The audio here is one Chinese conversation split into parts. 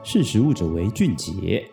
识时务者为俊杰。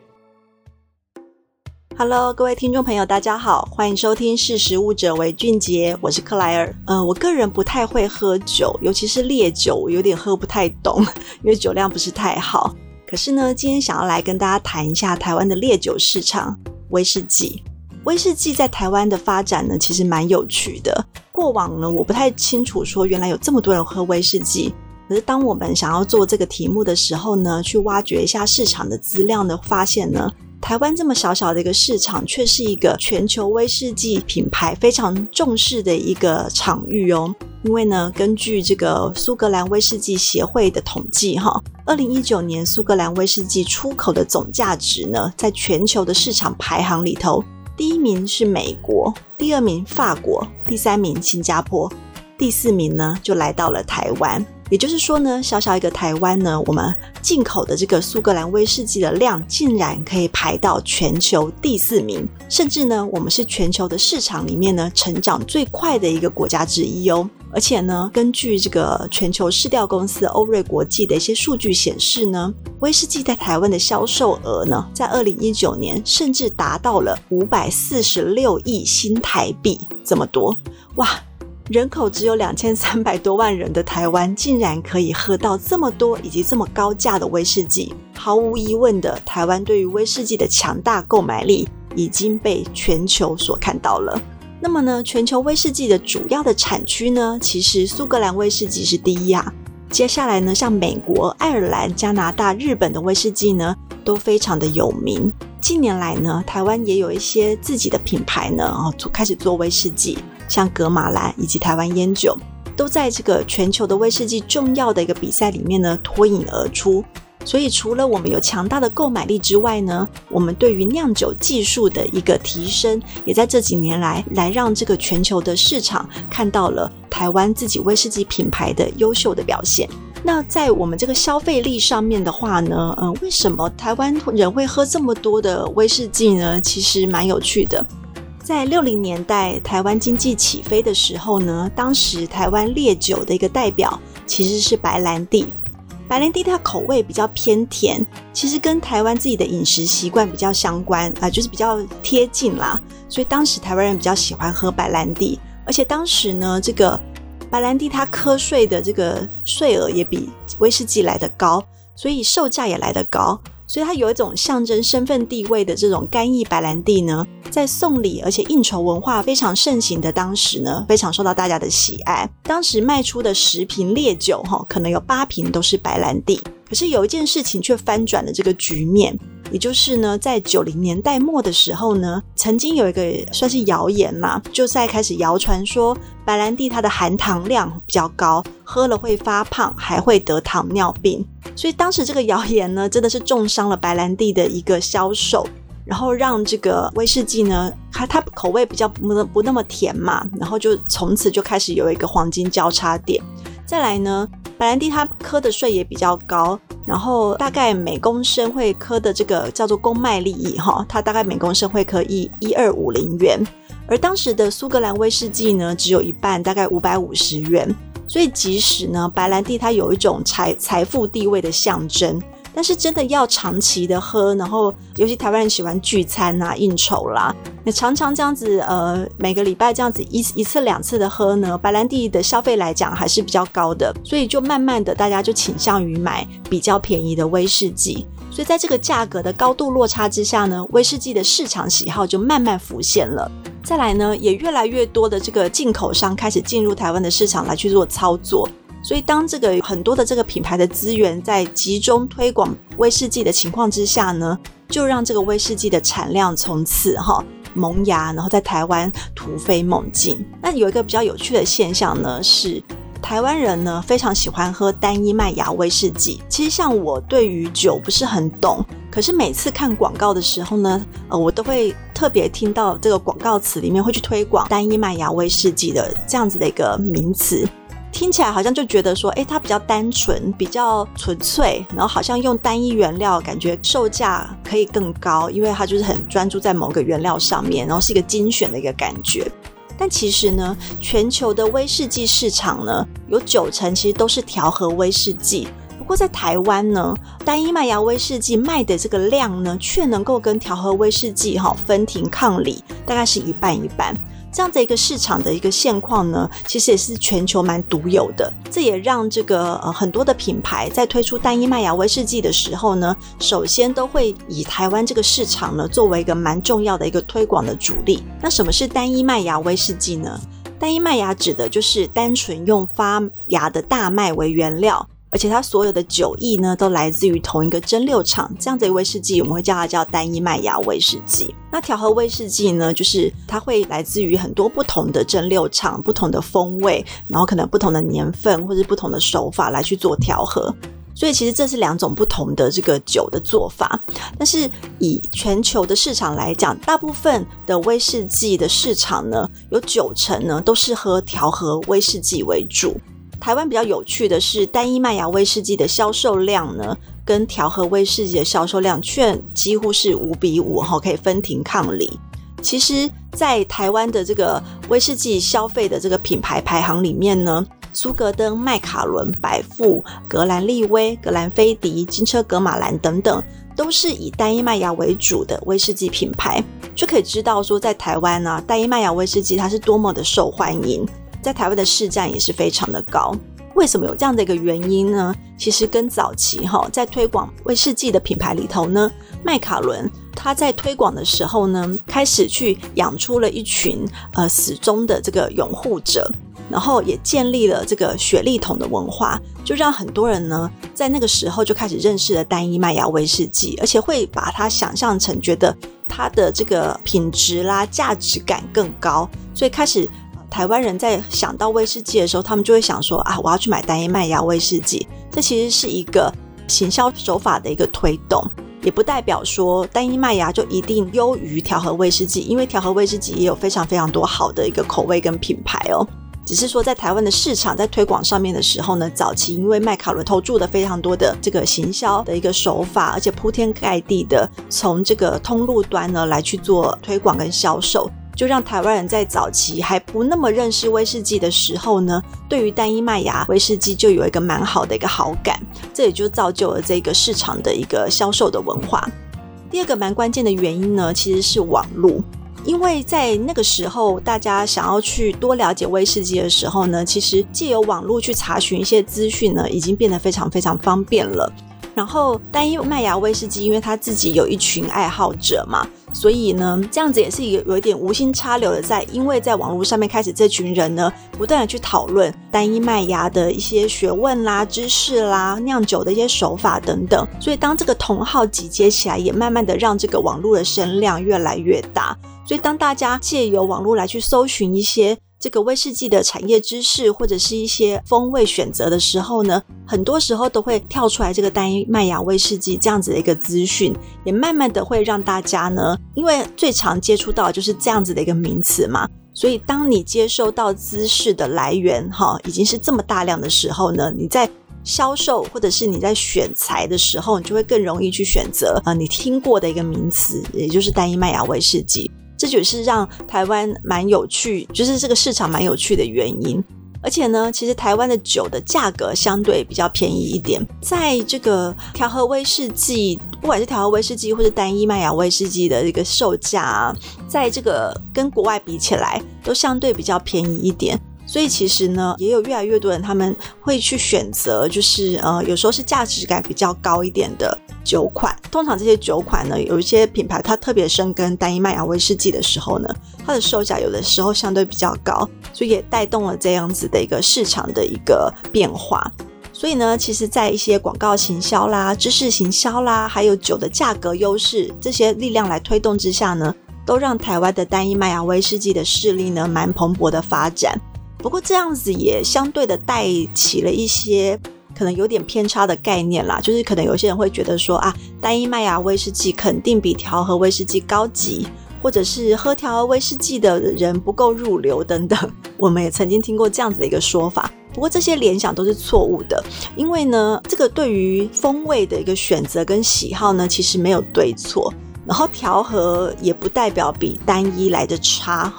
Hello， 各位听众朋友，大家好，欢迎收听识时务者为俊杰，我是克莱尔。我个人不太会喝酒，尤其是烈酒，我有点喝不太懂，因为酒量不是太好。可是呢，今天想要来跟大家谈一下台湾的烈酒市场，威士忌。威士忌在台湾的发展呢，其实蛮有趣的。过往呢，我不太清楚说原来有这么多人喝威士忌。可是当我们想要做这个题目的时候呢，去挖掘一下市场的资料呢，发现呢，台湾这么小小的一个市场，却是一个全球威士忌品牌非常重视的一个场域哦。因为呢，根据这个苏格兰威士忌协会的统计2019年苏格兰威士忌出口的总价值呢，在全球的市场排行里头，第一名是美国，第二名法国，第三名新加坡，第四名呢就来到了台湾。也就是说呢，小小一个台湾呢，我们进口的这个苏格兰威士忌的量竟然可以排到全球第四名，甚至呢，我们是全球的市场里面呢成长最快的一个国家之一哦。而且呢，根据这个全球市调公司欧瑞国际的一些数据显示呢，威士忌在台湾的销售额呢，在2019年甚至达到了546亿新台币，这么多哇！人口只有2300多万人的台湾，竟然可以喝到这么多以及这么高价的威士忌，毫无疑问的，台湾对于威士忌的强大购买力已经被全球所看到了。那么呢，全球威士忌的主要的产区呢，其实苏格兰威士忌是第一啊。接下来呢，像美国、爱尔兰、加拿大、日本的威士忌呢，都非常的有名。近年来呢，台湾也有一些自己的品牌呢，开始做威士忌，像格马兰以及台湾烟酒，都在这个全球的威士忌重要的一个比赛里面呢脱颖而出。所以除了我们有强大的购买力之外呢，我们对于酿酒技术的一个提升，也在这几年来让这个全球的市场看到了台湾自己威士忌品牌的优秀的表现。那在我们这个消费力上面的话呢，为什么台湾人会喝这么多的威士忌呢？其实蛮有趣的。在60年代台湾经济起飞的时候呢，当时台湾烈酒的一个代表其实是白兰地。白兰地它口味比较偏甜，其实跟台湾自己的饮食习惯比较相关就是比较贴近啦，所以当时台湾人比较喜欢喝白兰地。而且当时呢，这个白兰地它课税的这个税额也比威士忌来得高，所以售价也来得高，所以它有一种象征身份地位的这种干邑白兰地呢，在送礼而且应酬文化非常盛行的当时呢，非常受到大家的喜爱。当时卖出的10瓶烈酒可能有8瓶都是白兰地。可是有一件事情却翻转了这个局面，也就是呢，在90年代末的时候呢，曾经有一个算是谣言嘛，就在开始谣传说白兰地它的含糖量比较高，喝了会发胖，还会得糖尿病。所以当时这个谣言呢，真的是重伤了白兰地的一个销售，然后让这个威士忌呢，它口味比较不那么甜嘛，然后就从此就开始有一个黄金交叉点。再来呢，白兰地它课的税也比较高，然后大概每公升会课的这个叫做公卖利益它大概每公升会课1250元，而当时的苏格兰威士忌呢，只有一半，大概550元。所以即使呢，白兰地它有一种财富地位的象征，但是真的要长期的喝，然后尤其台湾人喜欢聚餐啊、应酬啦，那常常这样子每个礼拜这样子一次2次的喝呢，白兰地的消费来讲还是比较高的，所以就慢慢的大家就倾向于买比较便宜的威士忌。所以在这个价格的高度落差之下呢，威士忌的市场喜好就慢慢浮现了。再来呢，也越来越多的这个进口商开始进入台湾的市场来去做操作。所以当这个很多的这个品牌的资源在集中推广威士忌的情况之下呢，就让这个威士忌的产量从此萌芽，然后在台湾突飞猛进。那有一个比较有趣的现象呢，是台湾人呢非常喜欢喝单一麦芽威士忌。其实像我对于酒不是很懂，可是每次看广告的时候呢，我都会特别听到这个广告词里面会去推广单一麦芽威士忌的这样子的一个名词。听起来好像就觉得说它比较单纯，比较纯粹，然后好像用单一原料感觉售价可以更高，因为它就是很专注在某个原料上面，然后是一个精选的一个感觉。但其实呢，全球的威士忌市场呢，有90%其实都是调和威士忌，不过在台湾呢，单一麦芽威士忌卖的这个量呢，却能够跟调和威士忌分庭抗礼，大概是一半一半。这样的一个市场的一个现况呢，其实也是全球蛮独有的。这也让这个很多的品牌在推出单一麦芽威士忌的时候呢，首先都会以台湾这个市场呢作为一个蛮重要的一个推广的主力。那什么是单一麦芽威士忌呢？单一麦芽指的就是单纯用发芽的大麦为原料，而且它所有的酒液呢都来自于同一个蒸馏厂，这样子的威士忌我们会叫它叫单一麦芽威士忌。那调和威士忌呢，就是它会来自于很多不同的蒸馏厂，不同的风味，然后可能不同的年份或是不同的手法来去做调和。所以其实这是两种不同的这个酒的做法，但是以全球的市场来讲，大部分的威士忌的市场呢，有90%呢都是喝调和威士忌为主。台湾比较有趣的是，单一麦芽威士忌的销售量呢，跟调和威士忌的销售量却几乎是5比5，可以分庭抗礼。其实在台湾的这个威士忌消费的这个品牌排行里面呢，苏格登、麦卡伦、百富、格兰利威、格兰菲迪、金车格马兰等等，都是以单一麦芽为主的威士忌品牌，就可以知道说在台湾啊，单一麦芽威士忌它是多么的受欢迎，在台湾的市占也是非常的高。为什么有这样的一个原因呢？其实跟早期在推广威士忌的品牌里头呢，麦卡伦他在推广的时候呢，开始去养出了一群死忠的这个拥护者，然后也建立了这个雪莉桶的文化，就让很多人呢在那个时候就开始认识了单一麦芽威士忌，而且会把它想象成觉得它的这个品质啦、价值感更高，所以开始台湾人在想到威士忌的时候，他们就会想说我要去买单一麦芽威士忌。这其实是一个行销手法的一个推动，也不代表说单一麦芽就一定优于调和威士忌，因为调和威士忌也有非常非常多好的一个口味跟品牌只是说在台湾的市场在推广上面的时候呢，早期因为麦卡伦投注了非常多的这个行销的一个手法，而且铺天盖地的从这个通路端呢来去做推广跟销售，就让台湾人在早期还不那么认识威士忌的时候呢，对于单一麦芽威士忌就有一个蛮好的一个好感，这也就造就了这个市场的一个销售的文化。第二个蛮关键的原因呢，其实是网络。因为在那个时候大家想要去多了解威士忌的时候呢，其实藉由网络去查询一些资讯呢，已经变得非常非常方便了。然后单一麦芽威士忌因为他自己有一群爱好者嘛，所以呢这样子也是有一点无心插柳的因为在网络上面开始这群人呢不断的去讨论单一麦芽的一些学问啦、知识啦、酿酒的一些手法等等，所以当这个同好集结起来，也慢慢的让这个网络的声量越来越大。所以当大家借由网络来去搜寻一些这个威士忌的产业知识或者是一些风味选择的时候呢，很多时候都会跳出来这个单一麦芽威士忌这样子的一个资讯，也慢慢的会让大家呢，因为最常接触到的就是这样子的一个名词嘛，所以当你接收到知识的来源已经是这么大量的时候呢，你在销售或者是你在选材的时候，你就会更容易去选择你听过的一个名词，也就是单一麦芽威士忌。这就是让台湾蛮有趣，就是这个市场蛮有趣的原因。而且呢，其实台湾的酒的价格相对比较便宜一点，在这个调和威士忌，不管是调和威士忌或是单一麦芽威士忌的一个售价在这个跟国外比起来都相对比较便宜一点。所以其实呢，也有越来越多人他们会去选择，就是有时候是价值感比较高一点的酒款。通常这些酒款呢，有一些品牌它特别深耕单一麦芽威士忌的时候呢，它的售价有的时候相对比较高，所以也带动了这样子的一个市场的一个变化。所以呢，其实在一些广告行销啦、知识行销啦，还有酒的价格优势这些力量来推动之下呢，都让台湾的单一麦芽威士忌的势力呢蛮蓬勃的发展。不过这样子也相对的带起了一些可能有点偏差的概念啦，就是可能有些人会觉得说单一麦芽威士忌肯定比调和威士忌高级，或者是喝调和威士忌的人不够入流等等，我们也曾经听过这样子的一个说法。不过这些联想都是错误的，因为呢这个对于风味的一个选择跟喜好呢其实没有对错，然后调和也不代表比单一来的差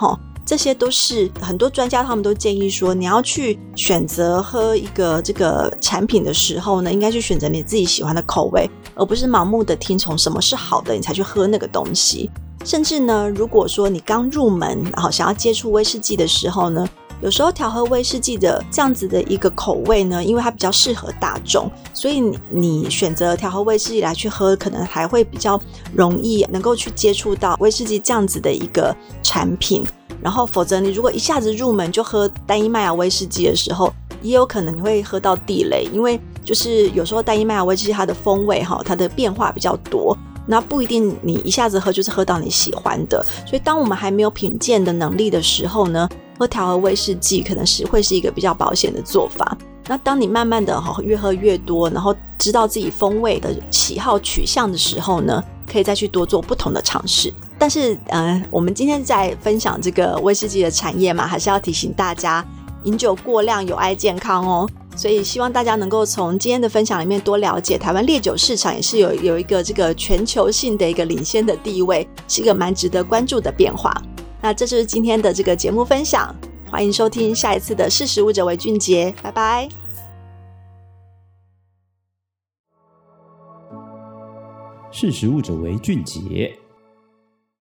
这些都是很多专家他们都建议说，你要去选择喝一个这个产品的时候呢，应该去选择你自己喜欢的口味，而不是盲目的听从什么是好的你才去喝那个东西。甚至呢，如果说你刚入门然后想要接触威士忌的时候呢，有时候调和威士忌的这样子的一个口味呢，因为它比较适合大众，所以你选择调和威士忌来去喝，可能还会比较容易能够去接触到威士忌这样子的一个产品。然后否则你如果一下子入门就喝单一麦芽威士忌的时候，也有可能你会喝到地雷，因为就是有时候单一麦芽威士忌它的风味它的变化比较多，那不一定你一下子喝就是喝到你喜欢的。所以当我们还没有品鉴的能力的时候呢，喝调和威士忌可能会是一个比较保险的做法。那当你慢慢的越喝越多，然后知道自己风味的喜好取向的时候呢，可以再去多做不同的尝试。但是我们今天在分享这个威士忌的产业嘛，还是要提醒大家，饮酒过量有碍健康哦。所以希望大家能够从今天的分享里面多了解，台湾烈酒市场也是有一个这个全球性的一个领先的地位，是一个蛮值得关注的变化。那这就是今天的这个节目分享，欢迎收听下一次的识时务者为俊杰，拜拜。 识时务者为俊杰。